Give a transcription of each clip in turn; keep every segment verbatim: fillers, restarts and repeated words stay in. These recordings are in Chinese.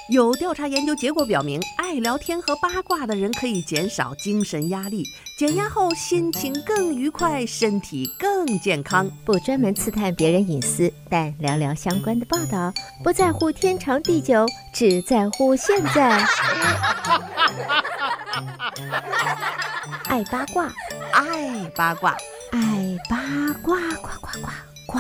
有调查研究结果表明，爱聊天和八卦的人可以减少精神压力，减压后心情更愉快，身体更健康。 不专门刺探别人隐私，但聊聊相关的报道，不在乎天长地久，只在乎现在。爱八卦， 爱八卦， 爱八卦，呱呱呱呱。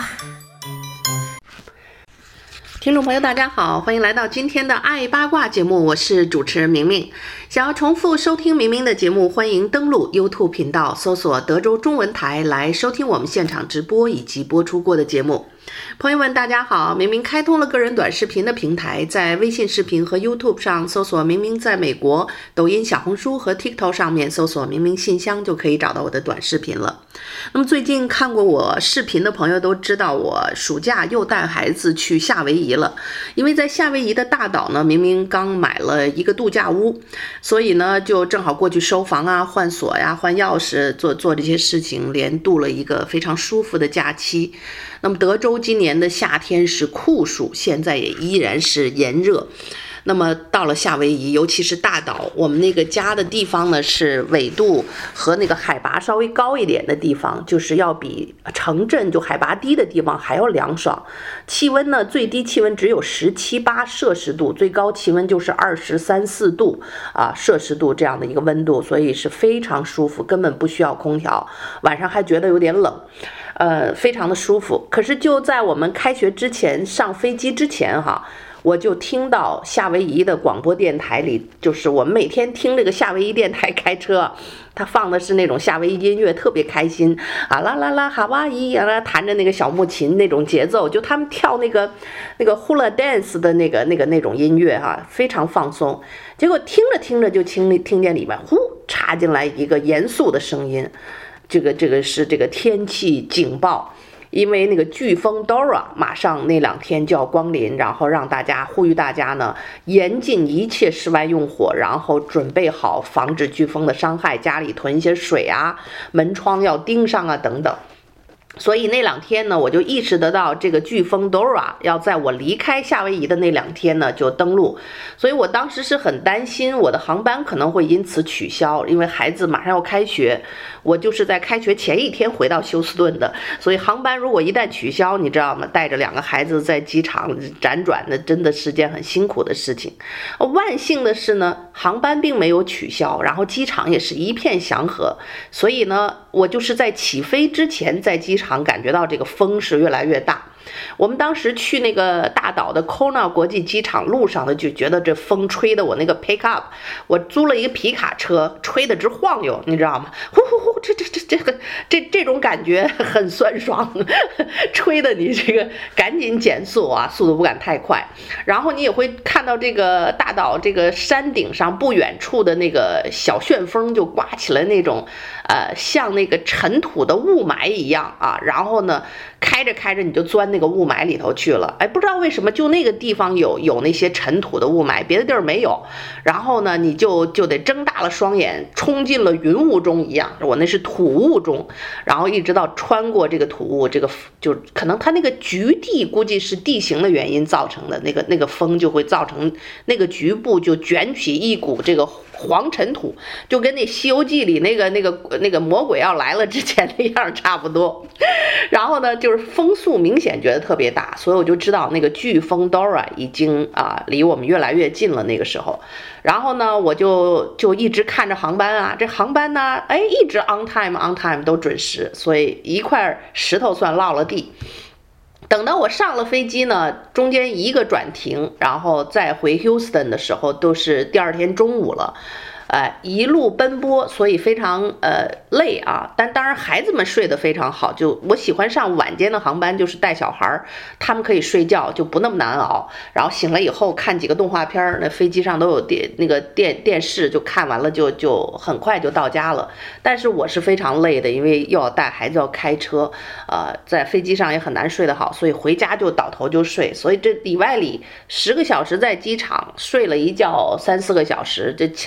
听众朋友大家好，欢迎来到今天的爱八卦节目，我是主持人明明。想要重复收听明明的节目，欢迎登录 YouTube 频道搜索德州中文台来收听我们现场直播以及播出过的节目。朋友们大家好，明明开通了个人短视频的平台，在微信视频和 YouTube 上搜索明明在美国，抖音、小红书和 TikTok 上面搜索明明信箱就可以找到我的短视频了。那么最近看过我视频的朋友都知道，我暑假又带孩子去夏威夷了。因为在夏威夷的大岛呢，明明刚买了一个度假屋，所以呢就正好过去收房啊、换锁呀、换钥匙，做做这些事情，连度了一个非常舒服的假期。那么德州今年的夏天是酷暑，现在也依然是炎热。那么到了夏威夷，尤其是大岛，我们那个家的地方呢，是纬度和那个海拔稍微高一点的地方，就是要比城镇就海拔低的地方还要凉爽。气温呢，最低气温只有十七八摄氏度，最高气温就是二十三四度啊摄氏度这样的一个温度，所以是非常舒服，根本不需要空调。晚上还觉得有点冷。呃，非常的舒服。可是就在我们开学之前，上飞机之前哈，我就听到夏威夷的广播电台里，就是我们每天听这个夏威夷电台开车，他放的是那种夏威夷音乐，特别开心啊啦啦啦哈哇伊啊，弹着那个小木琴那种节奏，就他们跳那个那个 hula dance 的那个那个那种音乐哈、啊，非常放松。结果听着听着就听听见里面呼插进来一个严肃的声音。这个这个是这个天气警报，因为那个飓风 Dora 马上那两天就要光临，然后让大家呼吁大家呢严禁一切室外用火，然后准备好防止飓风的伤害，家里囤一些水啊，门窗要钉上啊等等。所以那两天呢，我就意识得到这个飓风 Dora 要在我离开夏威夷的那两天呢就登陆，所以我当时是很担心我的航班可能会因此取消，因为孩子马上要开学，我就是在开学前一天回到休斯顿的，所以航班如果一旦取消，你知道吗？带着两个孩子在机场辗转的，真的是件很辛苦的事情。万幸的是呢，航班并没有取消，然后机场也是一片祥和，所以呢，我就是在起飞之前在机场感觉到这个风是越来越大。我们当时去那个大岛的 Kona 国际机场路上呢，就觉得这风吹的我那个 pick up， 我租了一个皮卡车，吹得直晃悠，你知道吗？呼呼呼，这这这这个这这种感觉很酸爽，吹的你这个赶紧减速啊，速度不敢太快。然后你也会看到这个大岛这个山顶上不远处的那个小旋风就刮起了那种呃像那个尘土的雾霾一样啊，然后呢开着开着你就钻那个雾霾里头去了。哎，不知道为什么就那个地方有有那些尘土的雾霾，别的地儿没有。然后呢，你就就得睁大了双眼，冲进了云雾中一样。我那是土雾中，然后一直到穿过这个土雾，这个就可能它那个局地估计是地形的原因造成的，那个那个风就会造成那个局部就卷起一股这个黄尘土，就跟那《西游记》里那个那个那个魔鬼要来了之前那样差不多。然后呢，就是风速明显觉得特别大，所以我就知道那个飓风 Dora 已经啊离我们越来越近了那个时候。然后呢，我就就一直看着航班啊，这航班呢，哎，一直 on time on time 都准时，所以一块石头算落了地。等到我上了飞机呢，中间一个转停，然后再回 Houston 的时候都是第二天中午了。呃，一路奔波，所以非常呃累啊。但当然，孩子们睡得非常好。就我喜欢上晚间的航班，就是带小孩，他们可以睡觉，就不那么难熬。然后醒了以后看几个动画片，那飞机上都有电那个电电视，就看完了就就很快就到家了。但是我是非常累的，因为又要带孩子，要开车，呃，在飞机上也很难睡得好，所以回家就倒头就睡。所以这里外里十个小时在机场睡了一觉三四个小时，这起来就十。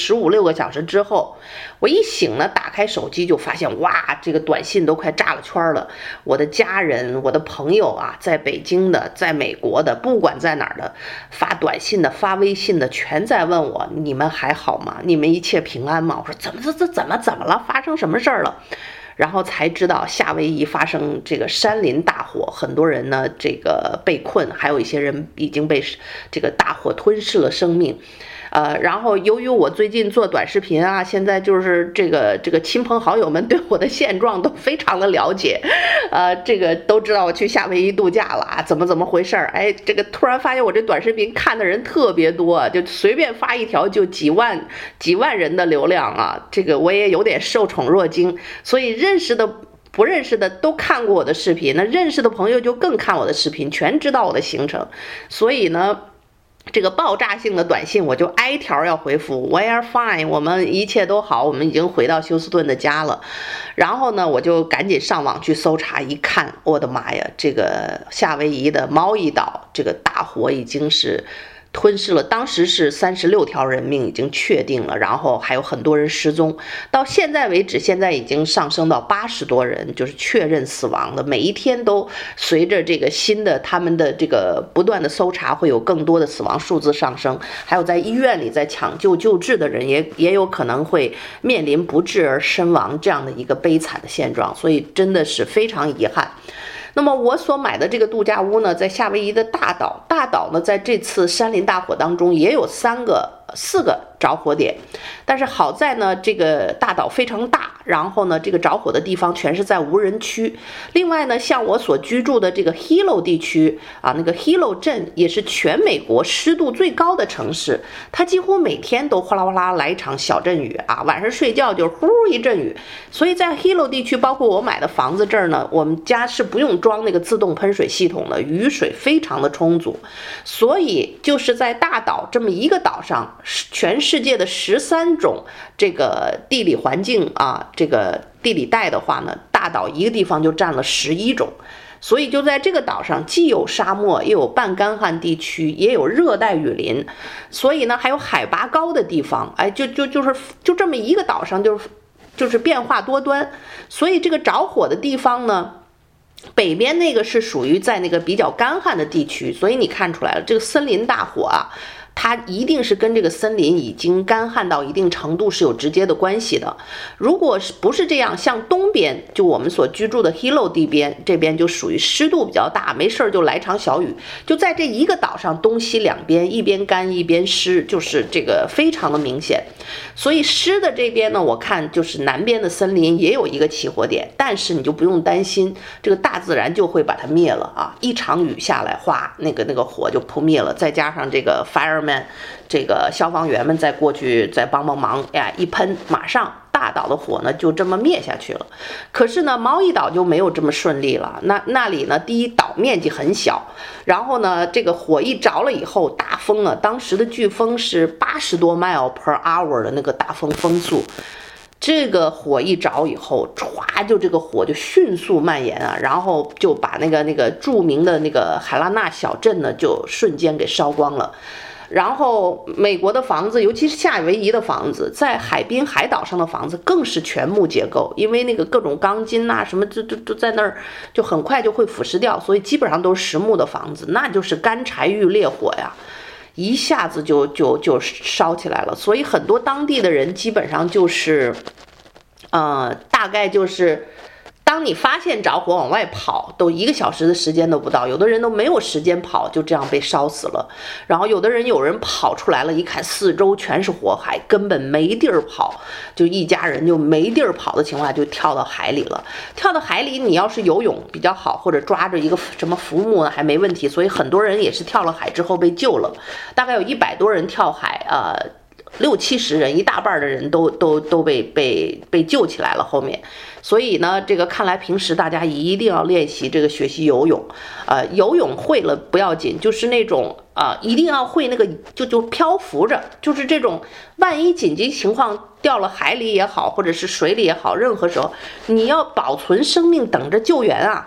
十五六个小时之后，我一醒呢，打开手机就发现，哇，这个短信都快炸了圈了。我的家人、我的朋友啊，在北京的、在美国的，不管在哪儿的，发短信的、发微信的，全在问我，你们还好吗？你们一切平安吗？我说怎么这这怎么怎么了？发生什么事儿了？然后才知道夏威夷发生这个山林大火，很多人呢这个被困，还有一些人已经被这个大火吞噬了生命。呃，然后由于我最近做短视频啊，现在就是这个这个亲朋好友们对我的现状都非常的了解，呃，这个都知道我去夏威夷度假了啊，怎么怎么回事儿？哎，这个突然发现我这短视频看的人特别多，就随便发一条就几万几万人的流量啊，这个我也有点受宠若惊，所以认识的不认识的都看过我的视频，那认识的朋友就更看我的视频，全知道我的行程，所以呢。这个爆炸性的短信我就挨条要回复 We are fine， 我们一切都好，我们已经回到休斯顿的家了。然后呢，我就赶紧上网去搜查，一看，我的妈呀，这个夏威夷的毛伊岛这个大火已经是吞噬了，当时是三十六条人命已经确定了，然后还有很多人失踪，到现在为止，现在已经上升到八十多人，就是确认死亡的。每一天都随着这个新的他们的这个不断的搜查，会有更多的死亡数字上升，还有在医院里在抢救救治的人也也有可能会面临不治而身亡这样的一个悲惨的现状，所以真的是非常遗憾。那么我所买的这个度假屋呢，在夏威夷的大岛，大岛呢在这次山林大火当中也有三个、四个着火点，但是好在呢，这个大岛非常大，然后呢，这个着火的地方全是在无人区。另外呢，像我所居住的这个 Hilo 地区啊，那个 Hilo 镇也是全美国湿度最高的城市，它几乎每天都哗啦哗啦来一场小阵雨啊，晚上睡觉就呼一阵雨。所以在 Hilo 地区，包括我买的房子这儿呢，我们家是不用装那个自动喷水系统的，雨水非常的充足。所以就是在大岛这么一个岛上，全世界的十三种这个地理环境啊，这个地理带的话呢，大岛一个地方就占了十一种。所以就在这个岛上，既有沙漠，也有半干旱地区，也有热带雨林，所以呢还有海拔高的地方，哎，就就就是就这么一个岛上，就是就是变化多端。所以这个着火的地方呢，北边那个是属于在那个比较干旱的地区，所以你看出来了，这个森林大火啊，它一定是跟这个森林已经干旱到一定程度是有直接的关系的。如果是不是这样，像东边就我们所居住的 Hilo 地边，这边就属于湿度比较大，没事就来场小雨，就在这一个岛上东西两边，一边干一边湿，就是这个非常的明显。所以湿的这边呢，我看就是南边的森林也有一个起火点，但是你就不用担心，这个大自然就会把它灭了啊！一场雨下来，哗，那个那个火就扑灭了，再加上这个 fireman， 这个消防员们再过去再帮帮忙，呀，一喷，马上大岛的火呢就这么灭下去了。可是呢，毛伊岛就没有这么顺利了。那那里呢，第一岛面积很小，然后呢，这个火一着了以后，大风啊，当时的飓风是八十多 mile per hour 的那个大风风速。这个火一着以后，歘，就这个火就迅速蔓延啊，然后就把那个那个著名的那个海拉纳小镇呢，就瞬间给烧光了。然后美国的房子，尤其是夏威夷的房子，在海滨海岛上的房子更是全木结构，因为那个各种钢筋呐、啊、什么就就就在那儿，就很快就会腐蚀掉，所以基本上都是实木的房子，那就是干柴遇烈火呀，一下子就就就烧起来了。所以很多当地的人基本上就是，呃，大概就是。当你发现着火往外跑，都一个小时的时间都不到，有的人都没有时间跑，就这样被烧死了。然后有的人有人跑出来了，一看四周全是火海，根本没地儿跑，就一家人就没地儿跑的情况下就跳到海里了。跳到海里，你要是游泳比较好，或者抓着一个什么浮木呢，还没问题。所以很多人也是跳了海之后被救了，大概有一百多人跳海，呃。六七十人，一大半的人都都都被被被救起来了。后面，所以呢，这个看来平时大家一定要练习这个学习游泳，呃，游泳会了不要紧，就是那种啊、呃，一定要会那个就就漂浮着，就是这种万一紧急情况掉了海里也好，或者是水里也好，任何时候你要保存生命，等着救援啊。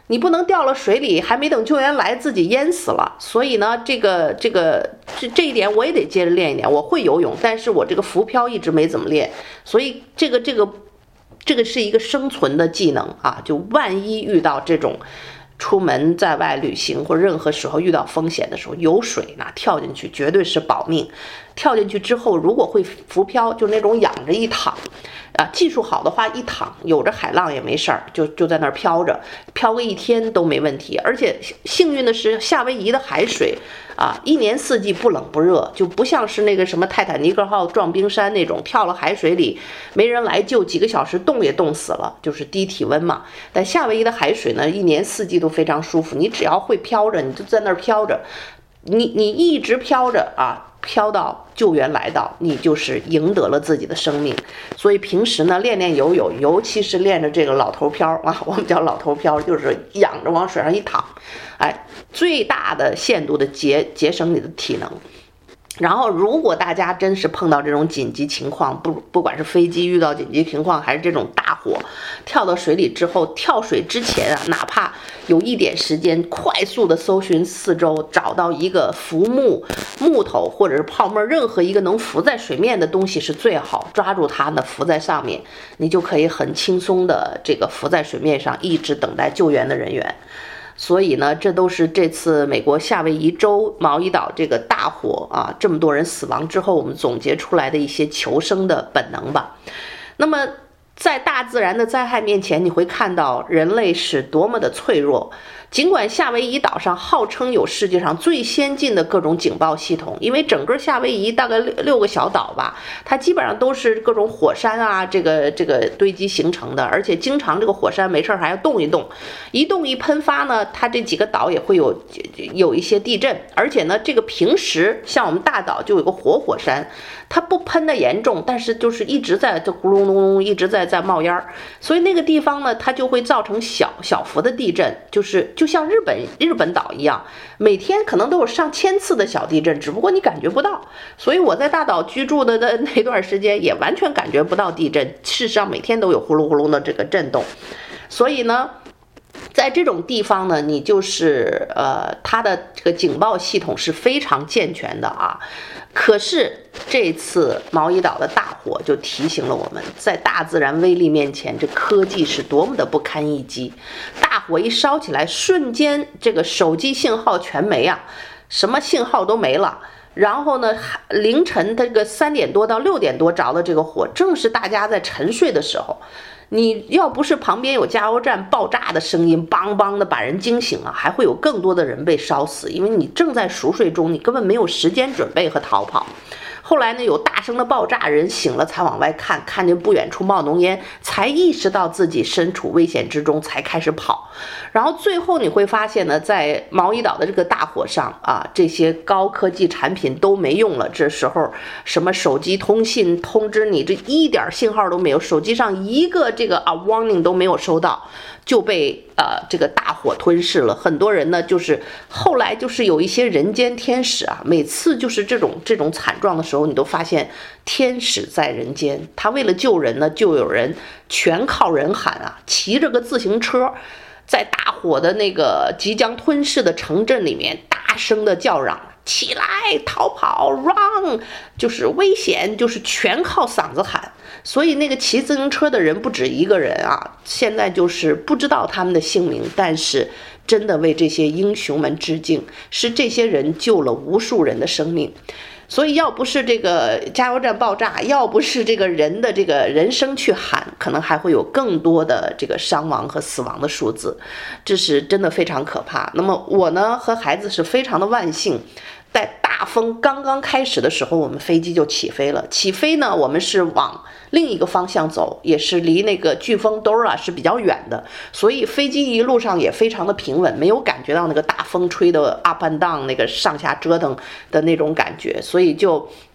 你不能掉了水里，还没等救援来自己淹死了。所以呢，这个这个这这一点我也得接着练一点。我会游泳，但是我这个浮漂一直没怎么练，所以这个这个这个是一个生存的技能啊，就万一遇到这种出门在外旅行或任何时候遇到风险的时候，有水那跳进去绝对是保命。跳进去之后，如果会浮漂，就那种仰着一躺，啊，技术好的话一躺，有着海浪也没事儿，就就在那儿飘着，飘个一天都没问题。而且幸运的是，夏威夷的海水啊，一年四季不冷不热，就不像是那个什么泰坦尼克号撞冰山那种，跳了海水里没人来救，几个小时冻也冻死了，就是低体温嘛。但夏威夷的海水呢，一年四季都非常舒服，你只要会飘着，你就在那儿飘着，你你一直飘着啊。飘到救援来到，你就是赢得了自己的生命。所以平时呢，练练游泳，尤其是练着这个老头漂啊，我们叫老头漂，就是仰着往水上一躺，哎，最大的限度的节节省你的体能。然后，如果大家真是碰到这种紧急情况，不不管是飞机遇到紧急情况，还是这种大火，跳到水里之后，跳水之前啊，哪怕有一点时间，快速的搜寻四周，找到一个浮木、木头或者是泡沫，任何一个能浮在水面的东西是最好，抓住它呢，浮在上面，你就可以很轻松的这个浮在水面上，一直等待救援的人员。所以呢，这都是这次美国夏威夷州毛伊岛这个大火啊，这么多人死亡之后，我们总结出来的一些求生的本能吧。那么在大自然的灾害面前，你会看到人类是多么的脆弱。尽管夏威夷岛上号称有世界上最先进的各种警报系统，因为整个夏威夷大概六六个小岛吧，它基本上都是各种火山啊，这个这个堆积形成的，而且经常这个火山没事还要动一动，一动一喷发呢，它这几个岛也会有有一些地震，而且呢，这个平时像我们大岛就有个活火山，它不喷的严重，但是就是一直在这咕隆隆隆一直在在冒烟，所以那个地方呢，它就会造成小小幅的地震，就是就像日本日本岛一样，每天可能都有上千次的小地震，只不过你感觉不到。所以我在大岛居住的的那段时间也完全感觉不到地震，事实上每天都有呼噜呼噜的这个震动。所以呢，在这种地方呢，你就是呃，它的这个警报系统是非常健全的啊。可是这次毛伊岛的大火就提醒了我们，在大自然威力面前，这科技是多么的不堪一击。大火一烧起来，瞬间这个手机信号全没啊，什么信号都没了。然后呢，凌晨这个三点多到六点多着的这个火，正是大家在沉睡的时候。你要不是旁边有加油站爆炸的声音，梆梆的把人惊醒啊，还会有更多的人被烧死，因为你正在熟睡中，你根本没有时间准备和逃跑。后来呢，有大声的爆炸，人醒了才往外看，看见不远处冒浓烟，才意识到自己身处危险之中，才开始跑。然后最后你会发现呢，在毛伊岛的这个大火上啊，这些高科技产品都没用了。这时候什么手机通信通知你，这一点信号都没有，手机上一个这个啊 warning 都没有收到，就被呃这个大火吞噬了。很多人呢，就是后来就是有一些人间天使啊，每次就是这种这种惨状的时候，你都发现天使在人间，他为了救人呢，就有人全靠人喊啊，骑着个自行车，在大火的那个即将吞噬的城镇里面大声的叫嚷，起来逃跑 run， 就是危险，就是全靠嗓子喊。所以那个骑自行车的人不止一个人啊，现在就是不知道他们的姓名，但是真的为这些英雄们致敬，是这些人救了无数人的生命。所以要不是这个加油站爆炸，要不是这个人的这个人声去喊，可能还会有更多的这个伤亡和死亡的数字，这是真的非常可怕。那么我呢和孩子是非常的万幸，在大风刚刚开始的时候，我们飞机就起飞了。起飞呢，我们是往另一个方向走，也是离那个飓风 Dora 是比较远的，所以飞机一路上也非常的平稳，没有感觉到那个大风吹的 up and down 那个上下折腾的那种感觉，所以就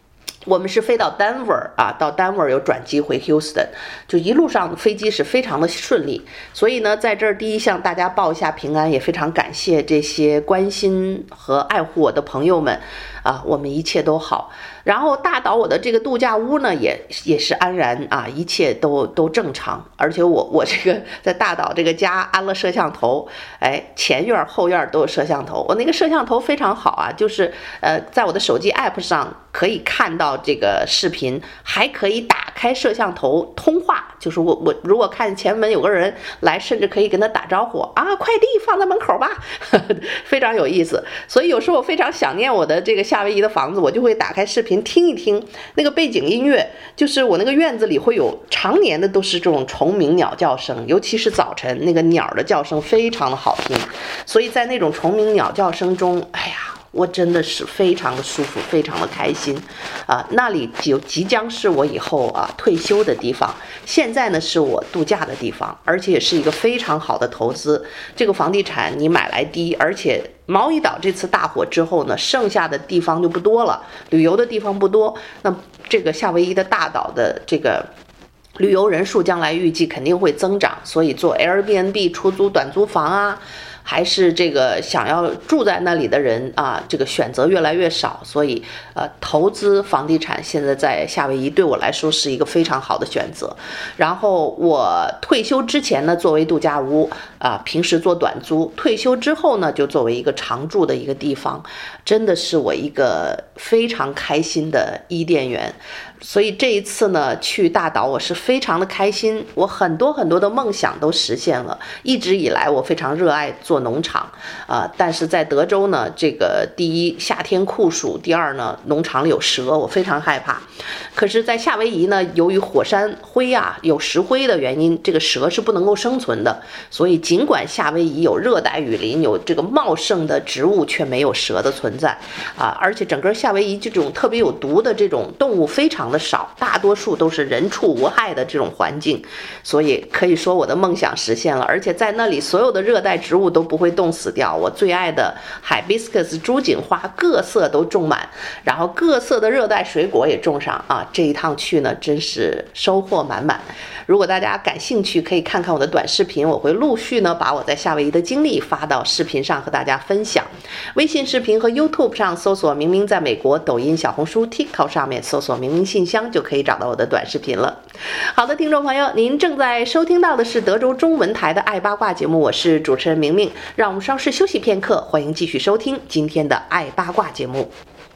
我们是飞到 Denver 啊，到 Denver 有转机回 Houston， 就一路上飞机是非常的顺利。所以呢，在这儿第一向大家报一下平安，也非常感谢这些关心和爱护我的朋友们啊，我们一切都好。然后大岛我的这个度假屋呢，也也是安然啊，一切都都正常。而且我我这个在大岛这个家安了摄像头，哎，前院后院都有摄像头。我那个摄像头非常好啊，就是呃，在我的手机 app 上可以看到这个视频，还可以打开摄像头通话，就是我我如果看前门有个人来，甚至可以跟他打招呼啊，快递放在门口吧，呵呵，非常有意思。所以有时候我非常想念我的这个夏威夷的房子，我就会打开视频听一听那个背景音乐，就是我那个院子里会有常年的都是这种虫鸣鸟叫声，尤其是早晨那个鸟的叫声非常的好听，所以在那种虫鸣鸟叫声中，哎呀，我真的是非常的舒服，非常的开心啊！那里就即将是我以后啊退休的地方，现在呢是我度假的地方，而且也是一个非常好的投资。这个房地产你买来低，而且毛伊岛这次大火之后呢，剩下的地方就不多了，旅游的地方不多。那这个夏威夷的大岛的这个旅游人数将来预计肯定会增长，所以做 Airbnb 出租短租房啊，还是这个想要住在那里的人啊，这个选择越来越少，所以呃，投资房地产现在在夏威夷对我来说是一个非常好的选择。然后我退休之前呢，作为度假屋啊，平时做短租；退休之后呢，就作为一个常住的一个地方，真的是我一个非常开心的伊甸园。所以这一次呢，去大岛我是非常的开心，我很多很多的梦想都实现了。一直以来我非常热爱做农场啊、呃，但是在德州呢，这个第一夏天酷暑，第二呢农场里有蛇，我非常害怕。可是在夏威夷呢，由于火山灰啊有石灰的原因，这个蛇是不能够生存的，所以尽管夏威夷有热带雨林，有这个茂盛的植物，却没有蛇的存在啊。而且整个夏威夷这种特别有毒的这种动物非常的少，大多数都是人畜无害的这种环境，所以可以说我的梦想实现了。而且在那里所有的热带植物都不会冻死掉，我最爱的海比斯克斯、朱槿花各色都种满，然后各色的热带水果也种上啊。这一趟去呢，真是收获满满。如果大家感兴趣，可以看看我的短视频，我会陆续呢把我在夏威夷的经历发到视频上和大家分享。微信视频和 YouTube 上搜索明明在美国，抖音、小红书、TikTok 上面搜索明明信箱就可以找到我的短视频了。好的，听众朋友，您正在收听到的是德州中文台的爱八卦节目，我是主持人明明。让我们稍事休息片刻，欢迎继续收听今天的爱八卦节目。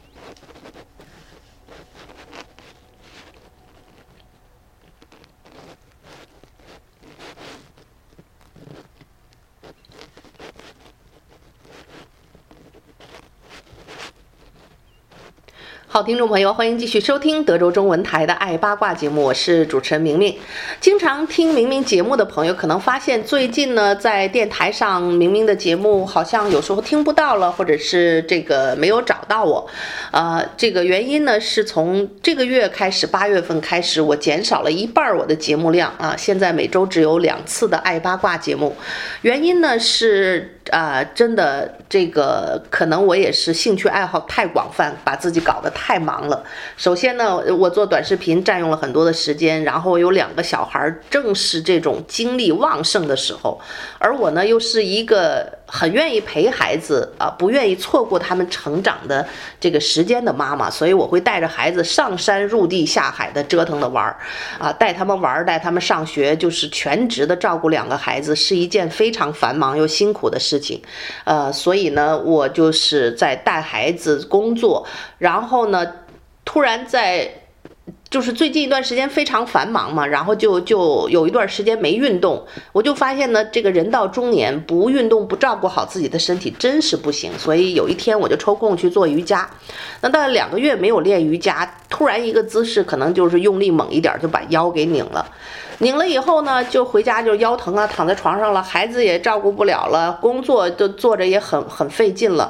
好，听众朋友，欢迎继续收听德州中文台的爱八卦节目，我是主持人明明。经常听明明节目的朋友可能发现，最近呢在电台上明明的节目好像有时候听不到了，或者是这个没有找到我。呃，这个原因呢是从这个月开始，八月份开始，我减少了一半我的节目量啊，现在每周只有两次的爱八卦节目。原因呢是啊、呃，真的这个可能我也是兴趣爱好太广泛，把自己搞得太忙了。首先呢，我做短视频占用了很多的时间，然后有两个小孩，正是这种精力旺盛的时候，而我呢又是一个很愿意陪孩子啊、呃，不愿意错过他们成长的这个时间的妈妈，所以我会带着孩子上山入地下海的折腾的玩啊，带他们玩，带他们上学，就是全职的照顾两个孩子，是一件非常繁忙又辛苦的事情。呃，所以呢，我就是在带孩子工作，然后呢，突然在就是最近一段时间非常繁忙嘛，然后就就有一段时间没运动，我就发现呢，这个人到中年不运动不照顾好自己的身体真是不行，所以有一天我就抽空去做瑜伽。那大概两个月没有练瑜伽，突然一个姿势可能就是用力猛一点就把腰给拧了。拧了以后呢，就回家就腰疼啊，躺在床上了，孩子也照顾不了了，工作就做着也很很费劲了。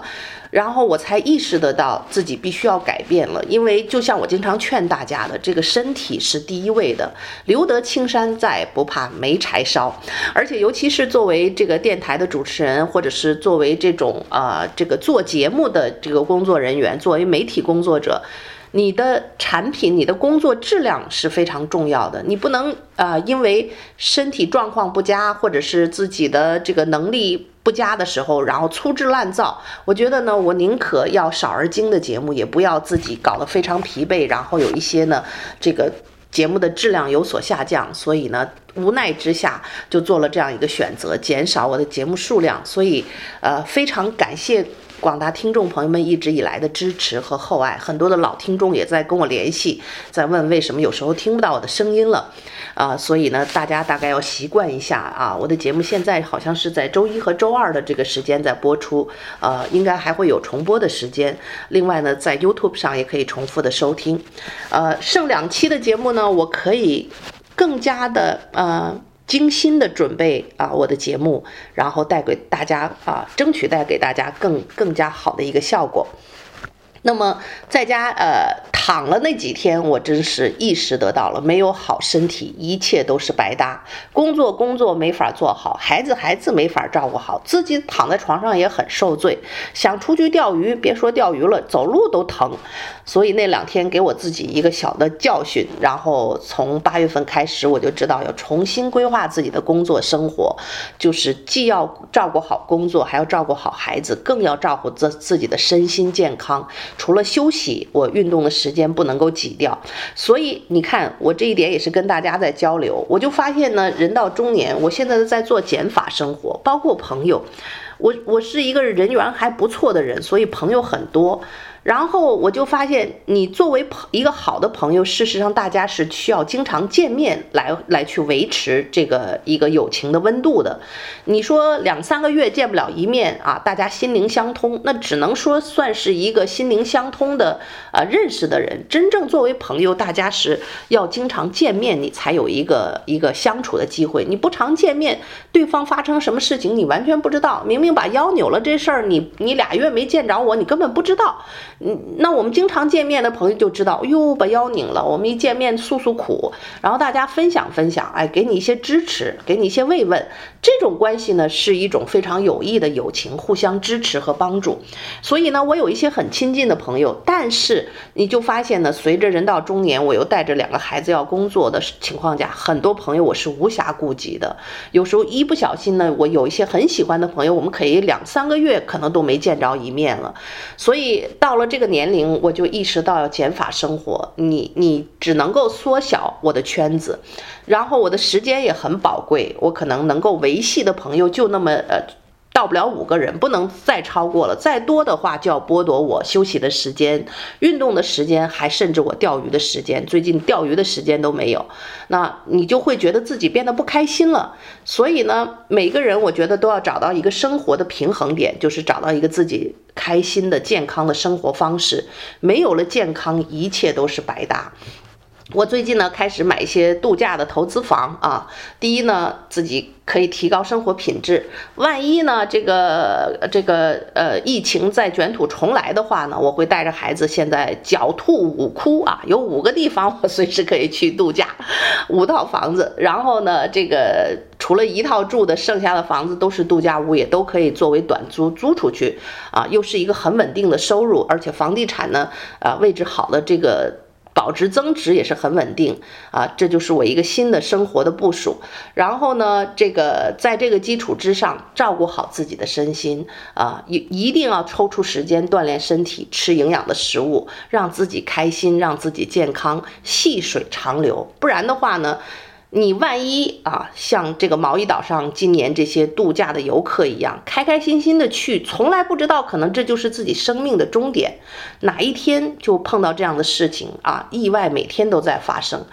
然后我才意识得到自己必须要改变了。因为就像我经常劝大家的，这个身体是第一位的，留得青山在，不怕没柴烧。而且尤其是作为这个电台的主持人，或者是作为这种呃这个做节目的这个工作人员，作为媒体工作者，你的产品你的工作质量是非常重要的。你不能呃因为身体状况不佳，或者是自己的这个能力不佳的时候，然后粗制滥造。我觉得呢，我宁可要少而精的节目，也不要自己搞得非常疲惫，然后有一些呢这个节目的质量有所下降。所以呢无奈之下就做了这样一个选择，减少我的节目数量。所以呃非常感谢广大听众朋友们一直以来的支持和厚爱，很多的老听众也在跟我联系，在问为什么有时候听不到我的声音了啊、呃，所以呢，大家大概要习惯一下啊。我的节目现在好像是在周一和周二的这个时间在播出，呃，应该还会有重播的时间。另外呢，在 YouTube 上也可以重复的收听。呃，剩两期的节目呢，我可以更加的呃。精心的准备啊，我的节目，然后带给大家啊，争取带给大家更更加好的一个效果。那么在家呃躺了那几天，我真是意识得到了，没有好身体，一切都是白搭。工作工作没法做好，孩子孩子没法照顾好，自己躺在床上也很受罪。想出去钓鱼，别说钓鱼了，走路都疼。所以那两天给我自己一个小的教训，然后从八月份开始，我就知道要重新规划自己的工作生活，就是既要照顾好工作，还要照顾好孩子，更要照顾自自己的身心健康。除了休息，我运动的时间不能够挤掉。所以你看，我这一点也是跟大家在交流。我就发现呢，人到中年，我现在在做减法生活，包括朋友，我我是一个人缘还不错的人，所以朋友很多。然后我就发现，你作为一个好的朋友，事实上大家是需要经常见面来来去维持这个一个友情的温度的。你说两三个月见不了一面啊，大家心灵相通，那只能说算是一个心灵相通的呃认识的人。真正作为朋友，大家是要经常见面，你才有一个一个相处的机会。你不常见面，对方发生什么事情你完全不知道。明明把腰扭了这事儿，你你俩月没见着我，你根本不知道。嗯，那我们经常见面的朋友就知道，哟，把腰拧了，我们一见面诉诉苦，然后大家分享分享，哎，给你一些支持，给你一些慰问，这种关系呢是一种非常有益的友情，互相支持和帮助。所以呢，我有一些很亲近的朋友，但是你就发现呢，随着人到中年，我又带着两个孩子要工作的情况下，很多朋友我是无暇顾及的。有时候一不小心呢，我有一些很喜欢的朋友，我们可以两三个月可能都没见着一面了。所以到了这个年龄，我就意识到要减法生活，你你只能够缩小我的圈子，然后我的时间也很宝贵，我可能能够维系的朋友就那么呃到不了五个人，不能再超过了，再多的话就要剥夺我休息的时间、运动的时间，还甚至我钓鱼的时间。最近钓鱼的时间都没有，那你就会觉得自己变得不开心了。所以呢，每个人我觉得都要找到一个生活的平衡点，就是找到一个自己开心的、健康的生活方式。没有了健康，一切都是白搭。我最近呢开始买一些度假的投资房啊，第一呢自己可以提高生活品质，万一呢这个这个呃疫情再卷土重来的话呢，我会带着孩子现在狡兔五窟啊，有五个地方我随时可以去度假，五套房子，然后呢这个除了一套住的，剩下的房子都是度假屋，也都可以作为短租租出去啊，又是一个很稳定的收入，而且房地产呢呃位置好的这个保值增值也是很稳定啊，这就是我一个新的生活的部署。然后呢，这个在这个基础之上，照顾好自己的身心啊，一一定要抽出时间锻炼身体，吃营养的食物，让自己开心，让自己健康，细水长流。不然的话呢，你万一啊，像这个毛伊岛上今年这些度假的游客一样，开开心心的去，从来不知道可能这就是自己生命的终点，哪一天就碰到这样的事情啊，意外每天都在发生。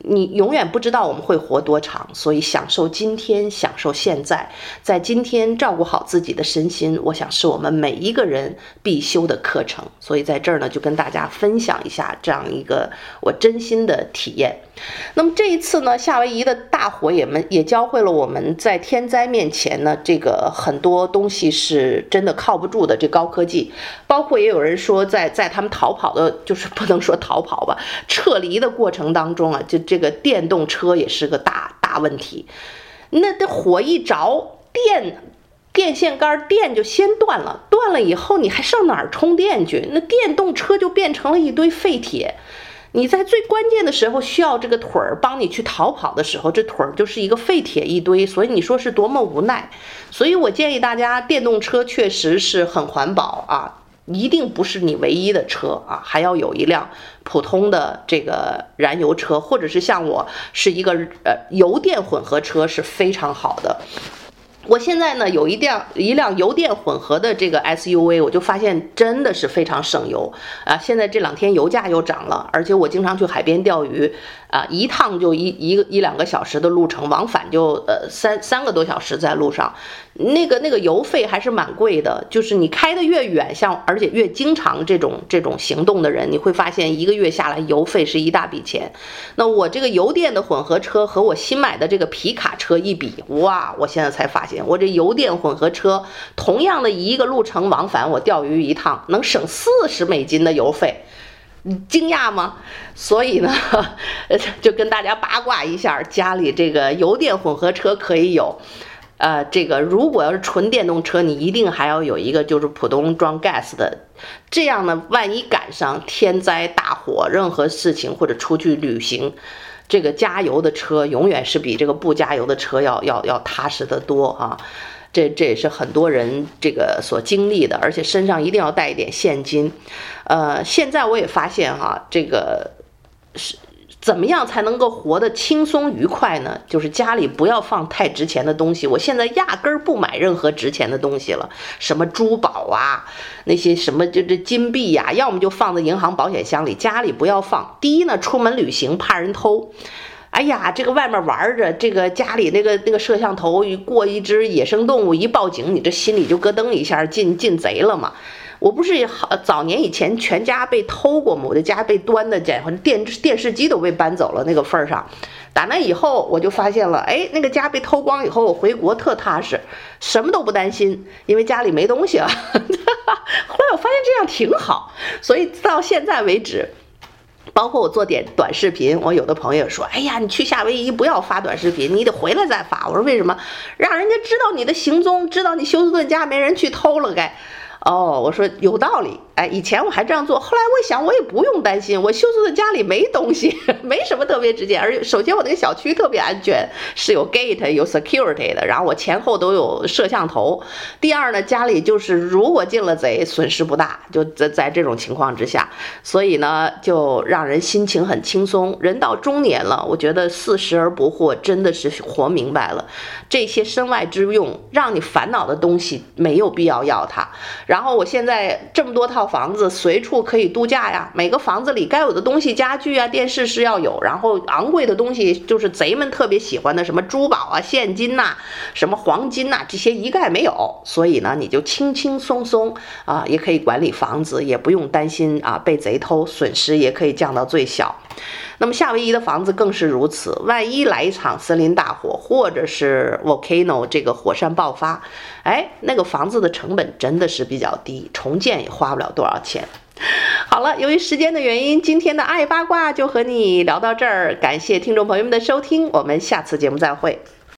你永远不知道我们会活多长，所以享受今天，享受现在，在今天照顾好自己的身心，我想是我们每一个人必修的课程。所以在这儿呢，就跟大家分享一下这样一个我真心的体验。那么这一次呢，夏威夷的大火也们也教会了我们在天灾面前呢，这个很多东西是真的靠不住的，这高科技，包括也有人说在在他们逃跑的，就是不能说逃跑吧，撤离的过程当中啊，就这个电动车也是个大大问题。那这火一着，电电线杆电就先断了，断了以后你还上哪儿充电去？那电动车就变成了一堆废铁。你在最关键的时候需要这个腿儿帮你去逃跑的时候，这腿儿就是一个废铁一堆，所以你说是多么无奈。所以我建议大家，电动车确实是很环保啊，一定不是你唯一的车啊，还要有一辆普通的这个燃油车，或者是像我是一个呃油电混合车是非常好的。我现在呢有一辆一辆油电混合的这个 S U V， 我就发现真的是非常省油啊！现在这两天油价又涨了，而且我经常去海边钓鱼啊，一趟就一一个一两个小时的路程，往返就呃三三个多小时在路上，那个那个油费还是蛮贵的。就是你开的越远，像而且越经常这种这种行动的人，你会发现一个月下来油费是一大笔钱。那我这个油电的混合车和我新买的这个皮卡车一比，哇！我现在才发现。我这油电混合车同样的一个路程往返，我钓鱼一趟能省四十美金的油费，惊讶吗？所以呢，就跟大家八卦一下，家里这个油电混合车可以有。呃，这个如果要是纯电动车，你一定还要有一个就是普通装 gas 的，这样呢，万一赶上天灾大火，任何事情或者出去旅行。这个加油的车永远是比这个不加油的车要要要踏实得多啊！这这也是很多人这个所经历的，而且身上一定要带一点现金。呃，现在我也发现哈，这个是怎么样才能够活得轻松愉快呢？就是家里不要放太值钱的东西。我现在压根儿不买任何值钱的东西了，什么珠宝啊，那些什么就这金币呀、啊，要么就放在银行保险箱里，家里不要放。第一呢，出门旅行怕人偷。哎呀，这个外面玩着，这个家里那个那个摄像头过一只野生动物一报警，你这心里就咯噔一下，进进贼了嘛。我不是早年以前全家被偷过吗？我的家被端的简直电电视机都被搬走了那个份儿上。打那以后我就发现了，哎，那个家被偷光以后，我回国特踏实，什么都不担心，因为家里没东西了。后来我发现这样挺好，所以到现在为止。包括我做点短视频，我有的朋友说，哎呀，你去夏威夷不要发短视频，你得回来再发。我说为什么？让人家知道你的行踪，知道你休斯顿家没人去偷了该。哦，我说有道理。哎，以前我还这样做，后来我想我也不用担心，我休斯顿家里没东西，没什么特别值钱，而且首先我那个小区特别安全，是有 gate 有 security 的，然后我前后都有摄像头。第二呢，家里就是如果进了贼，损失不大，就在在这种情况之下，所以呢，就让人心情很轻松。人到中年了，我觉得四十而不惑真的是活明白了，这些身外之用，让你烦恼的东西没有必要要它。然后我现在这么多套房子，随处可以度假呀，每个房子里该有的东西，家具啊、电视是要有，然后昂贵的东西就是贼们特别喜欢的，什么珠宝啊、现金呐、啊、什么黄金呐、啊，这些一概没有。所以呢，你就轻轻松松啊，也可以管理房子，也不用担心啊被贼偷，损失也可以降到最小。那么夏威夷的房子更是如此，万一来一场森林大火，或者是 volcano 这个火山爆发，哎，那个房子的成本真的是比较低，重建也花不了多少钱。好了，由于时间的原因，今天的爱八卦就和你聊到这儿，感谢听众朋友们的收听，我们下次节目再会。